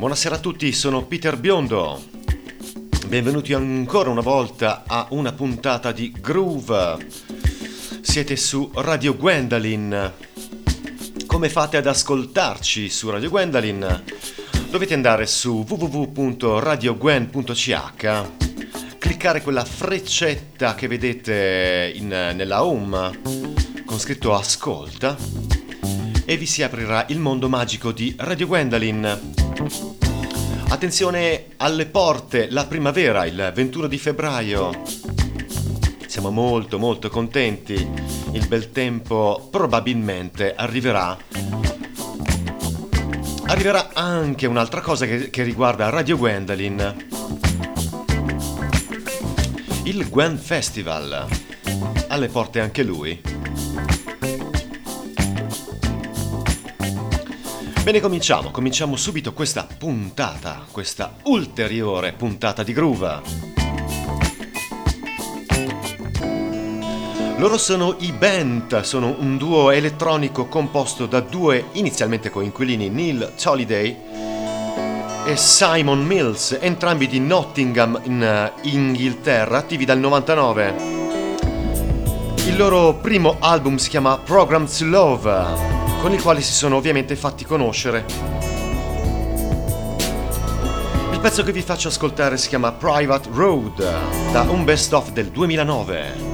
Buonasera a tutti, sono Peter Biondo. Benvenuti ancora una volta a una puntata di Groove. Siete su Radio Gwendolyn. Come fate ad ascoltarci su Radio Gwendolyn? Dovete andare su www.radiogwen.ch, cliccare quella freccetta che vedete nella home con scritto Ascolta e vi si aprirà il mondo magico di Radio Gwendolyn. Attenzione alle porte, la primavera, il 21 di febbraio. Siamo molto molto contenti, il bel tempo probabilmente arriverà. Arriverà anche un'altra cosa che riguarda Radio Gwendolyn, il Gwen Festival, alle porte anche lui. Bene, cominciamo subito questa puntata, questa ulteriore puntata di Groove. Loro sono i Bent, sono un duo elettronico composto da due inizialmente coinquilini, Neil Tolliday e Simon Mills, entrambi di Nottingham in Inghilterra, attivi dal 99. Il loro primo album si chiama Programmed to Love, con il quale si sono ovviamente fatti conoscere. Il pezzo che vi faccio ascoltare si chiama Private Road, da un best of del 2009.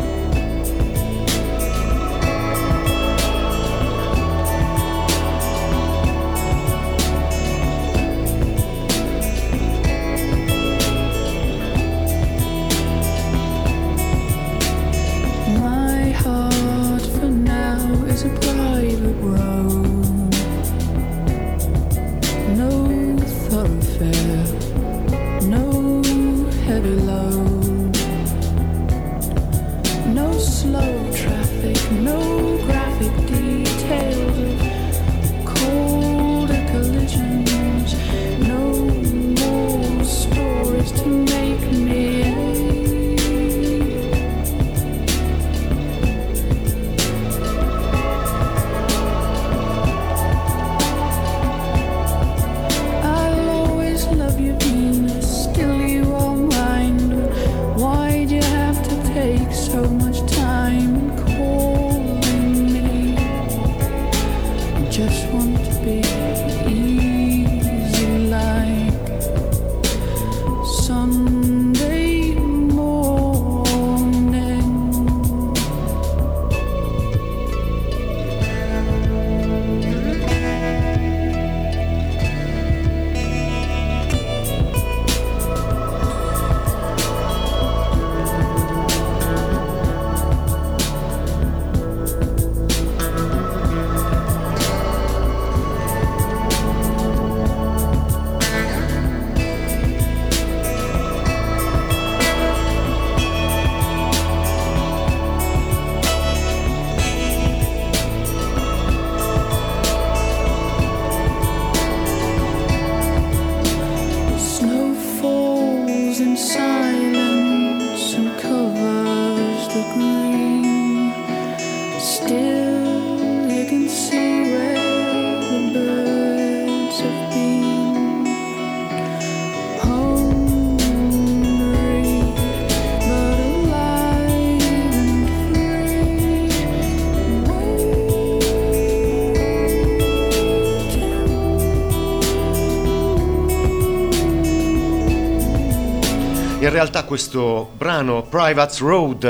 In realtà questo brano Private Road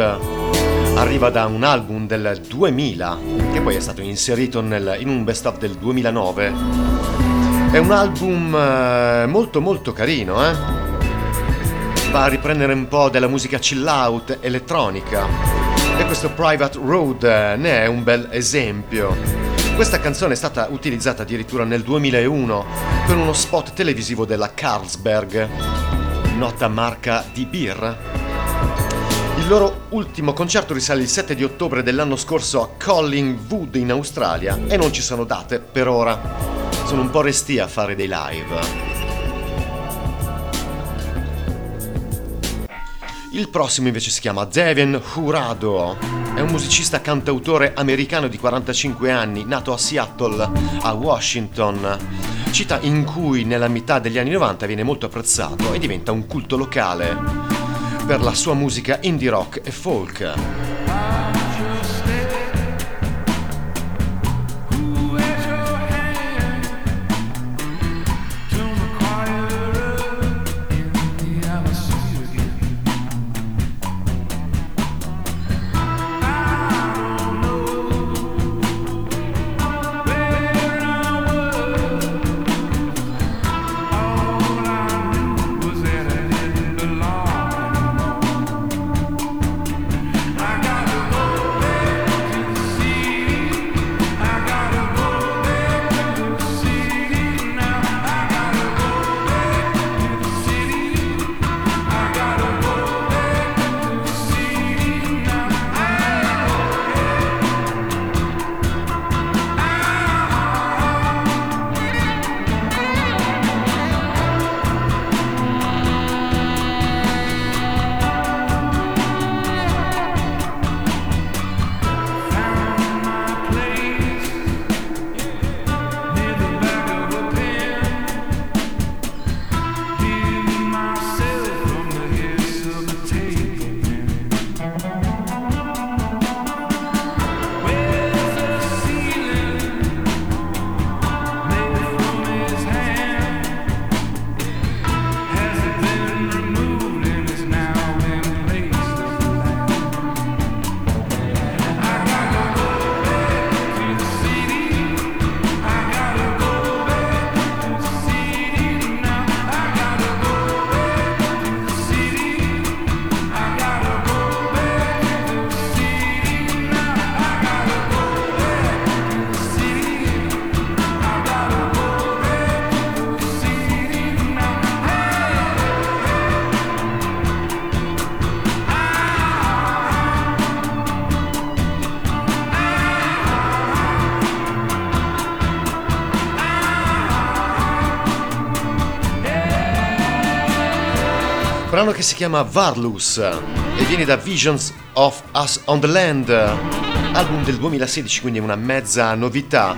arriva da un album del 2000 che poi è stato inserito in un best of del 2009. È un album molto molto carino, va a riprendere un po' della musica chill out elettronica e questo Private Road ne è un bel esempio. Questa canzone è stata utilizzata addirittura nel 2001 per uno spot televisivo della Carlsberg, nota marca di birra. Il loro ultimo concerto risale il 7 di ottobre dell'anno scorso a Collingwood in Australia e non ci sono date per ora. Sono un po' restii a fare dei live. Il prossimo invece si chiama Deven Jurado, è un musicista cantautore americano di 45 anni, nato a Seattle, a Washington, città in cui nella metà degli anni 90 viene molto apprezzato e diventa un culto locale per la sua musica indie rock e folk. Brano che si chiama Varlus e viene da Visions of Us on the Land, album del 2016, quindi è una mezza novità.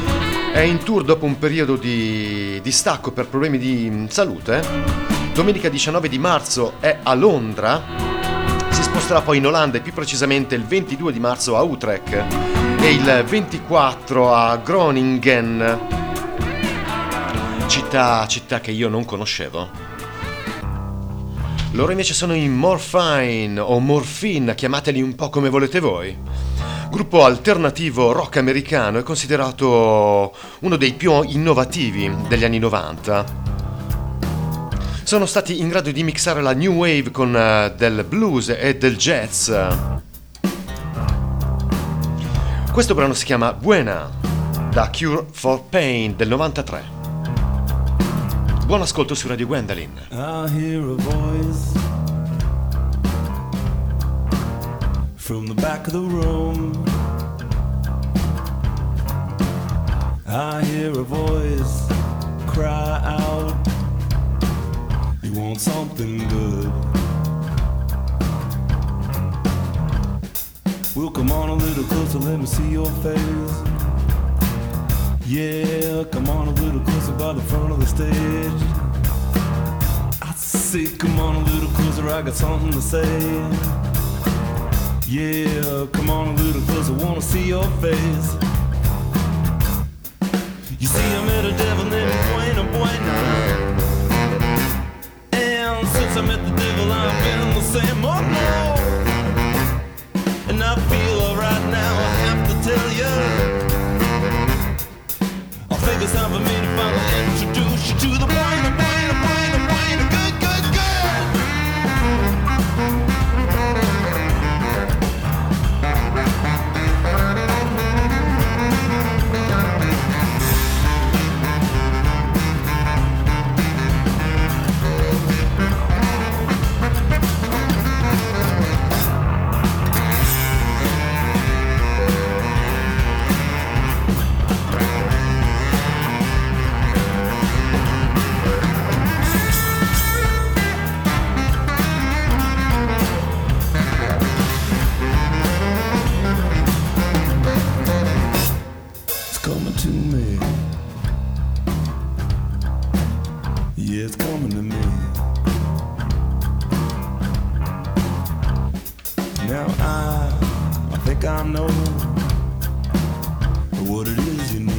È in tour dopo un periodo di distacco per problemi di salute. Domenica 19 di marzo è a Londra, si sposterà poi in Olanda e più precisamente il 22 di marzo a Utrecht e il 24 a Groningen, città che io non conoscevo. Loro invece sono i Morphine o Morphine, chiamateli un po' come volete voi. Gruppo alternativo rock americano, è considerato uno dei più innovativi degli anni 90. Sono stati in grado di mixare la new wave con del blues e del jazz. Questo brano si chiama Buena, da Cure for Pain del 93. Buon ascolto su Radio Gwendolyn. I hear a voice from the back of the room. I hear a voice cry out, you want something good. Well, come on a little closer, let me see your face. Yeah, come on a little closer by the front of the stage. I say, come on a little closer, I got something to say. Yeah, come on a little closer, wanna see your face. You see, I met a devil named Buena Buena, and since I met the devil, I've been the same. Oh no, and I feel alright now, I have to tell you, I think it's time for me to finally introduce you to the Buena Buena Buena Buena good good good. I know what it is you need.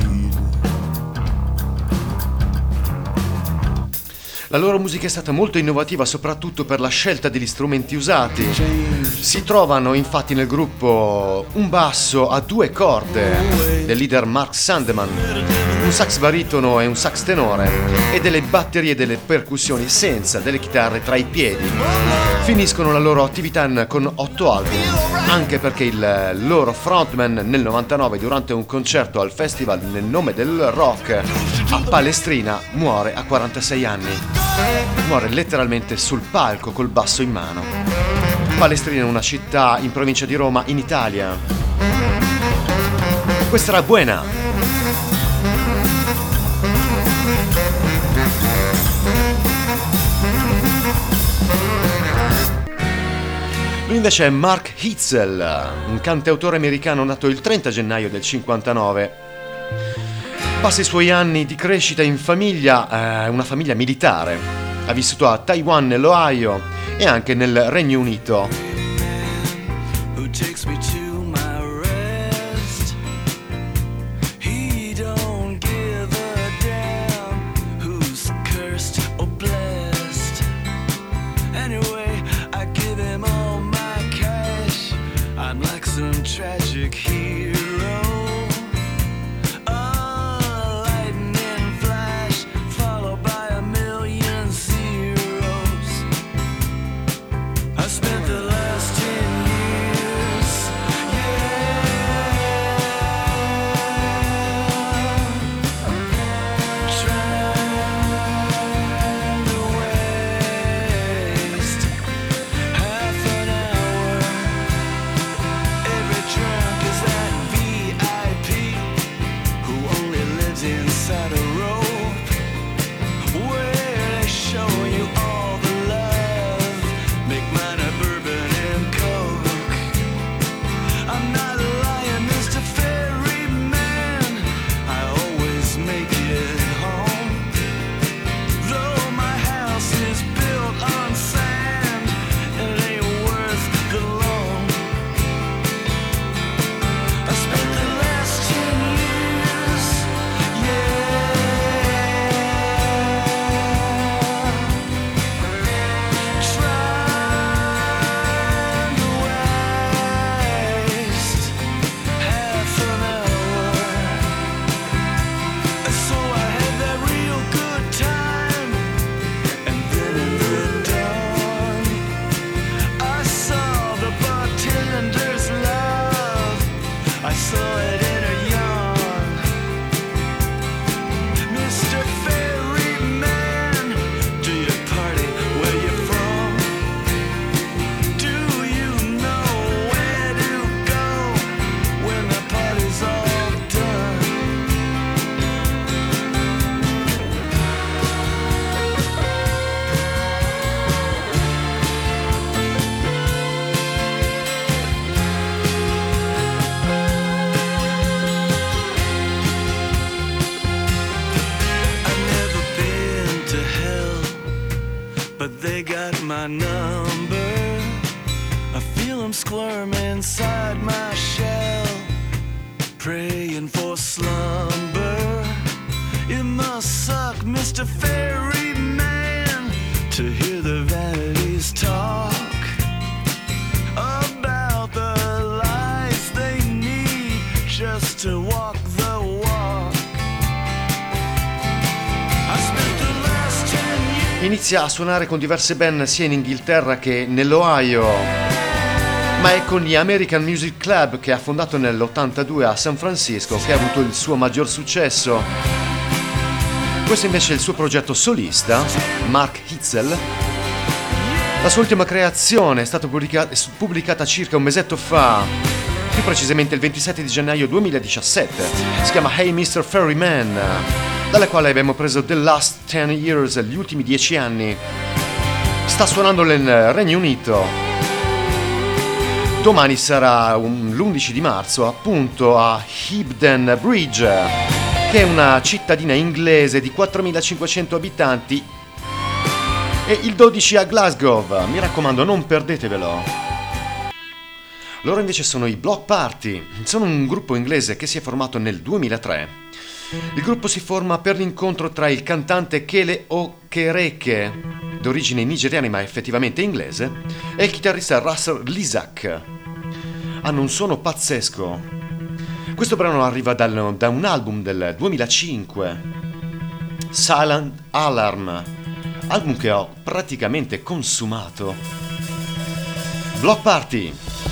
La loro musica è stata molto innovativa, soprattutto per la scelta degli strumenti usati. Si trovano infatti nel gruppo un basso a 2 corde del leader Mark Sandeman, un sax baritono e un sax tenore, e delle batterie e delle percussioni senza delle chitarre tra i piedi. Finiscono la loro attività con 8 album, anche perché il loro frontman nel 99, durante un concerto al festival nel nome del rock a Palestrina, muore a 46 anni. Muore letteralmente sul palco col basso in mano. Palestrina è una città in provincia di Roma, in Italia. Questa era Buena. Lui invece è Mark Hitzel, un cantautore americano nato il 30 gennaio del 59. Passa i suoi anni di crescita in famiglia, una famiglia militare. Ha vissuto a Taiwan, nell'Ohio e anche nel Regno Unito. Tragic hero, a lightning flash followed by a million zeros. I spent the last 10 years, trying to waste half an hour. Every drunk is that VIP who only lives inside a rope, where they show you all the love, make mine a bourbon and coke. I'm not lying, Mr. Ferryman, I always make it home, though my house is built on sand and it ain't worth the loan. I spent the last 10 years, trying to waste half an hour. So I had that real good time, and then in the dawn, I saw the bartender's love. I saw it in her yawn. Mr. Ferryman, do you party where you're from? Do you know where to go when the party's all done? I've never been to hell, but they got my number. I feel 'em squirm inside my shell, praying for slumber. It must suck, Mr. Ferryman, to hear the vanities talk about the lies they need just to walk the walk. I spent the last 10 years. Inizia a suonare con diverse band sia in Inghilterra che nell'Ohio, ma è con gli American Music Club che ha fondato nell'82 a San Francisco che ha avuto il suo maggior successo. Questo invece è il suo progetto solista, Mark Hitzel. La sua ultima creazione è stata pubblicata circa un mesetto fa, più precisamente il 27 di gennaio 2017. Si chiama Hey Mr. Ferryman, dalla quale abbiamo preso The Last 10 Years, gli ultimi 10 anni. Sta suonando nel Regno Unito. Domani sarà l'11 di marzo appunto a Hebden Bridge, che è una cittadina inglese di 4.500 abitanti, e il 12 a Glasgow. Mi raccomando, non perdetevelo. Loro invece sono i Block Party, sono un gruppo inglese che si è formato nel 2003. Il gruppo si forma per l'incontro tra il cantante Kele Okereke, d'origine nigeriana ma effettivamente inglese, e il chitarrista Russell Lisak. Hanno un suono pazzesco. Questo brano arriva da un album del 2005, Silent Alarm, album che ho praticamente consumato. Block Party.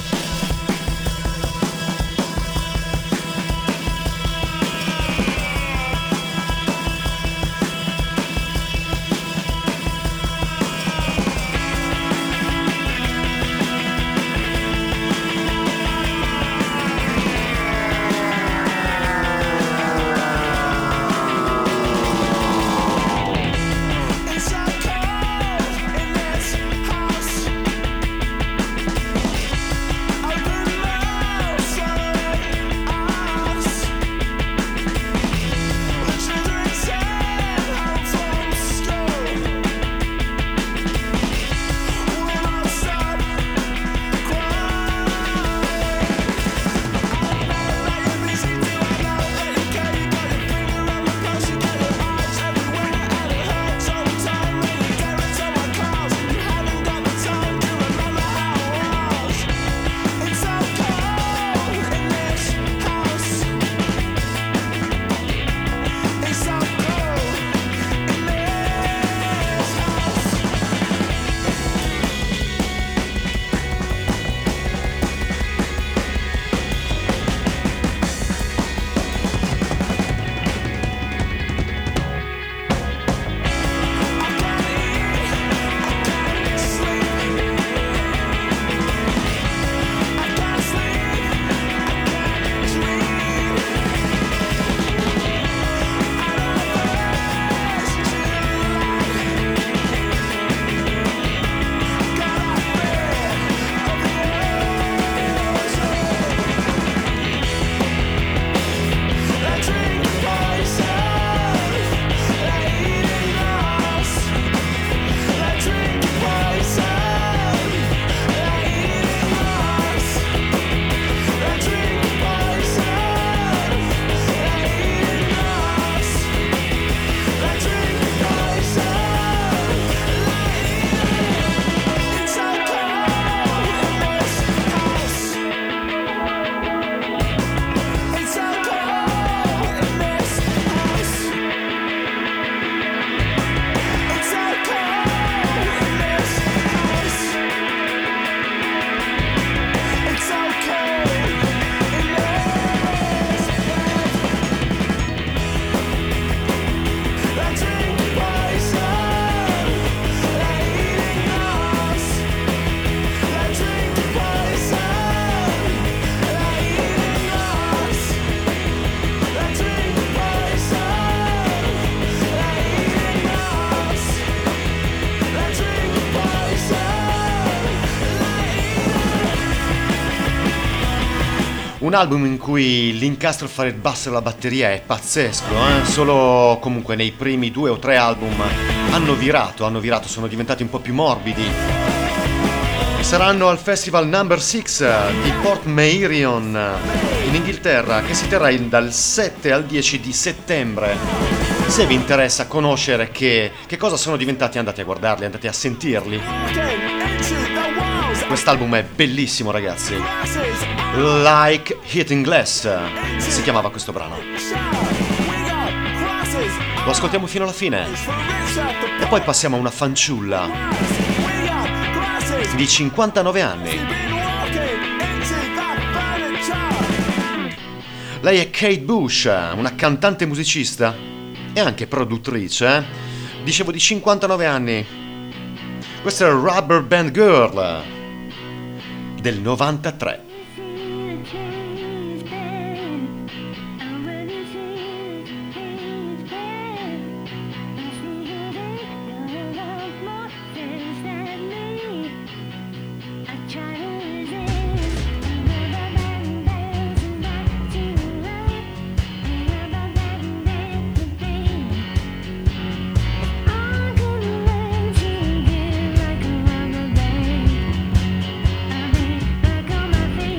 Un album in cui l'incastro fra il basso e la batteria è pazzesco, Solo comunque nei primi 2 o 3 album hanno virato, sono diventati un po' più morbidi. Saranno al Festival Number 6 di Port Meirion in Inghilterra, che si terrà dal 7 al 10 di settembre. Se vi interessa conoscere che cosa sono diventati, andate a guardarli, andate a sentirli. Quest'album è bellissimo, ragazzi. Like Hitting Glass si chiamava questo brano. Lo ascoltiamo fino alla fine e poi passiamo a una fanciulla di 59 anni. Lei è Kate Bush, una cantante musicista e anche produttrice. Dicevo di 59 anni. Questa è Rubber Band Girl del 93. Like a rubber band, I've been back on my feet.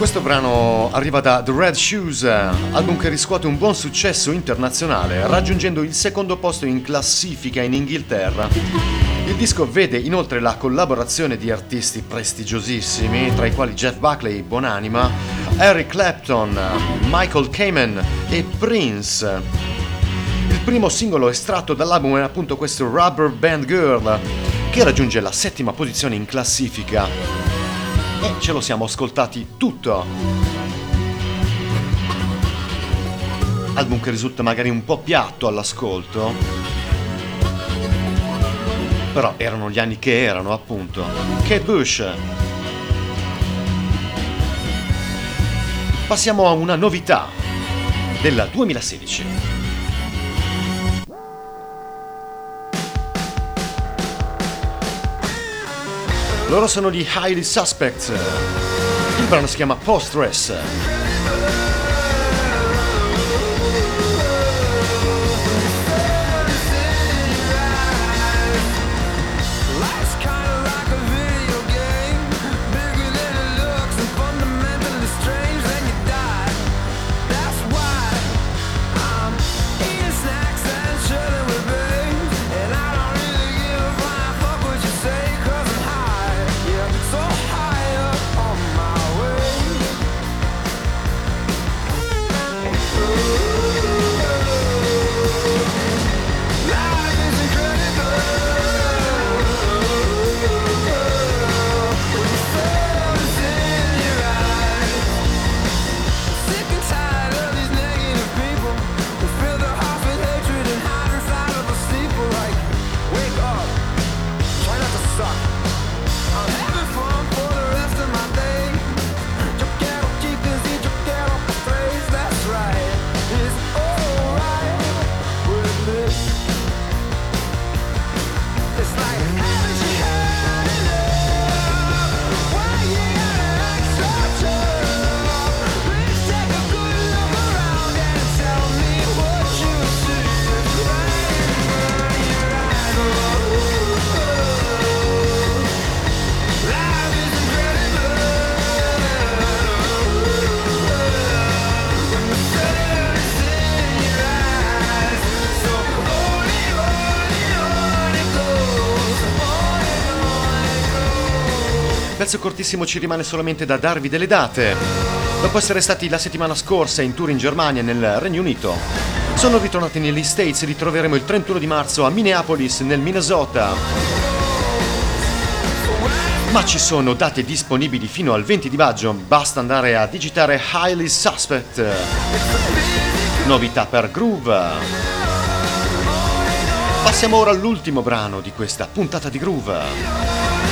Questo brano arriva da The Red Shoes, album che riscuote un buon successo internazionale, raggiungendo il secondo posto in classifica in Inghilterra. Il disco vede inoltre la collaborazione di artisti prestigiosissimi, tra i quali Jeff Buckley, buonanima, Eric Clapton, Michael Kamen e Prince. Il primo singolo estratto dall'album è appunto questo Rubber Band Girl, che raggiunge la 7ª posizione in classifica. E ce lo siamo ascoltati tutto. Album che risulta magari un po' piatto all'ascolto, però erano gli anni che erano, appunto. Kate Bush. Passiamo a una novità del 2016. Loro sono gli Highly Suspects. Il brano si chiama Post-Stress. Pezzo cortissimo, ci rimane solamente da darvi delle date. Dopo essere stati la settimana scorsa in tour in Germania e nel Regno Unito, sono ritornati negli States e li troveremo il 31 di marzo a Minneapolis, nel Minnesota. Ma ci sono date disponibili fino al 20 di maggio, basta andare a digitare Highly Suspect. Novità per Groove. Passiamo ora all'ultimo brano di questa puntata di Groove.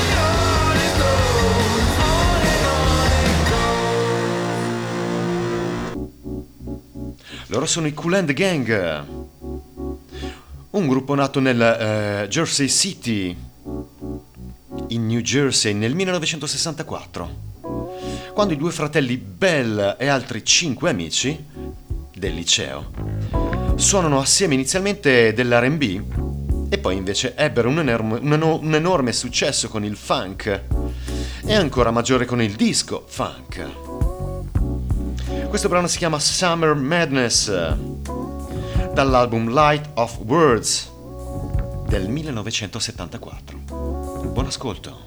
Loro sono i Kool and the Gang, un gruppo nato nel Jersey City, in New Jersey, nel 1964, quando i due fratelli Bell e altri 5 amici del liceo suonano assieme inizialmente dell'R&B e poi invece ebbero un enorme successo con il funk e ancora maggiore con il disco funk. Questo brano si chiama Summer Madness, dall'album Light of Words del 1974. Buon ascolto.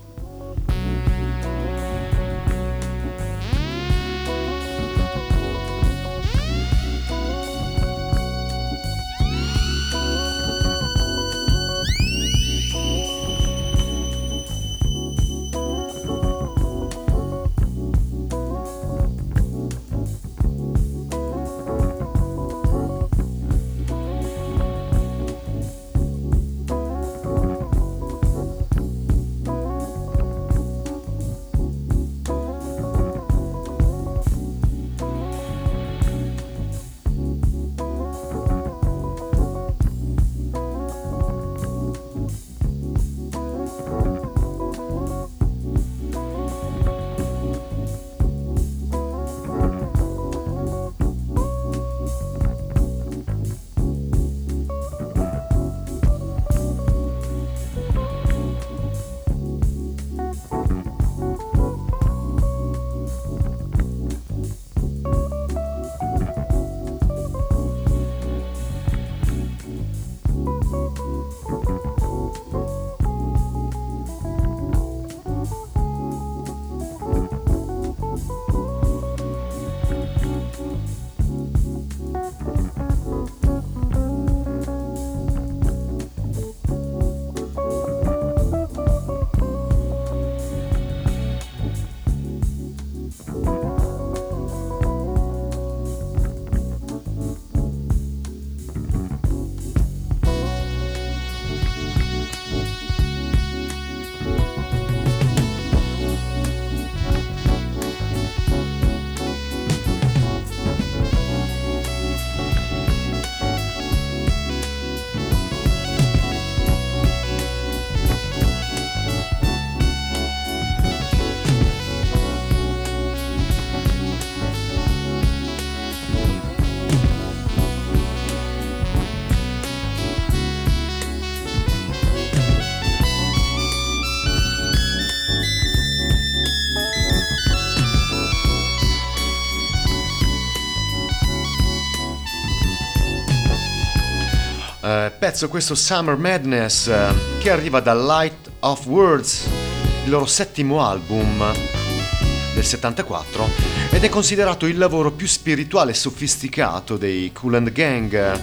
Pezzo questo Summer Madness che arriva da Light of Words, il loro settimo album del 74, ed è considerato il lavoro più spirituale e sofisticato dei Kool and the Gang.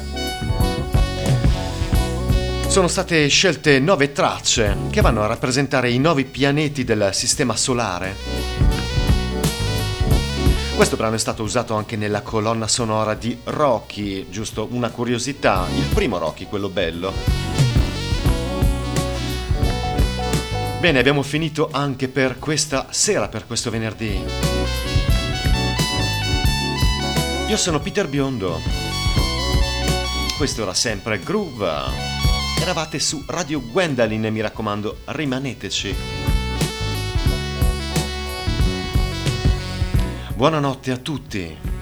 Sono state scelte 9 tracce che vanno a rappresentare i 9 pianeti del sistema solare. Questo brano è stato usato anche nella colonna sonora di Rocky, giusto una curiosità, il primo Rocky, quello bello. Bene, abbiamo finito anche per questa sera, per questo venerdì. Io sono Peter Biondo. Questo era sempre Groove. Eravate su Radio Gwendolyn, mi raccomando, rimaneteci. Buonanotte a tutti.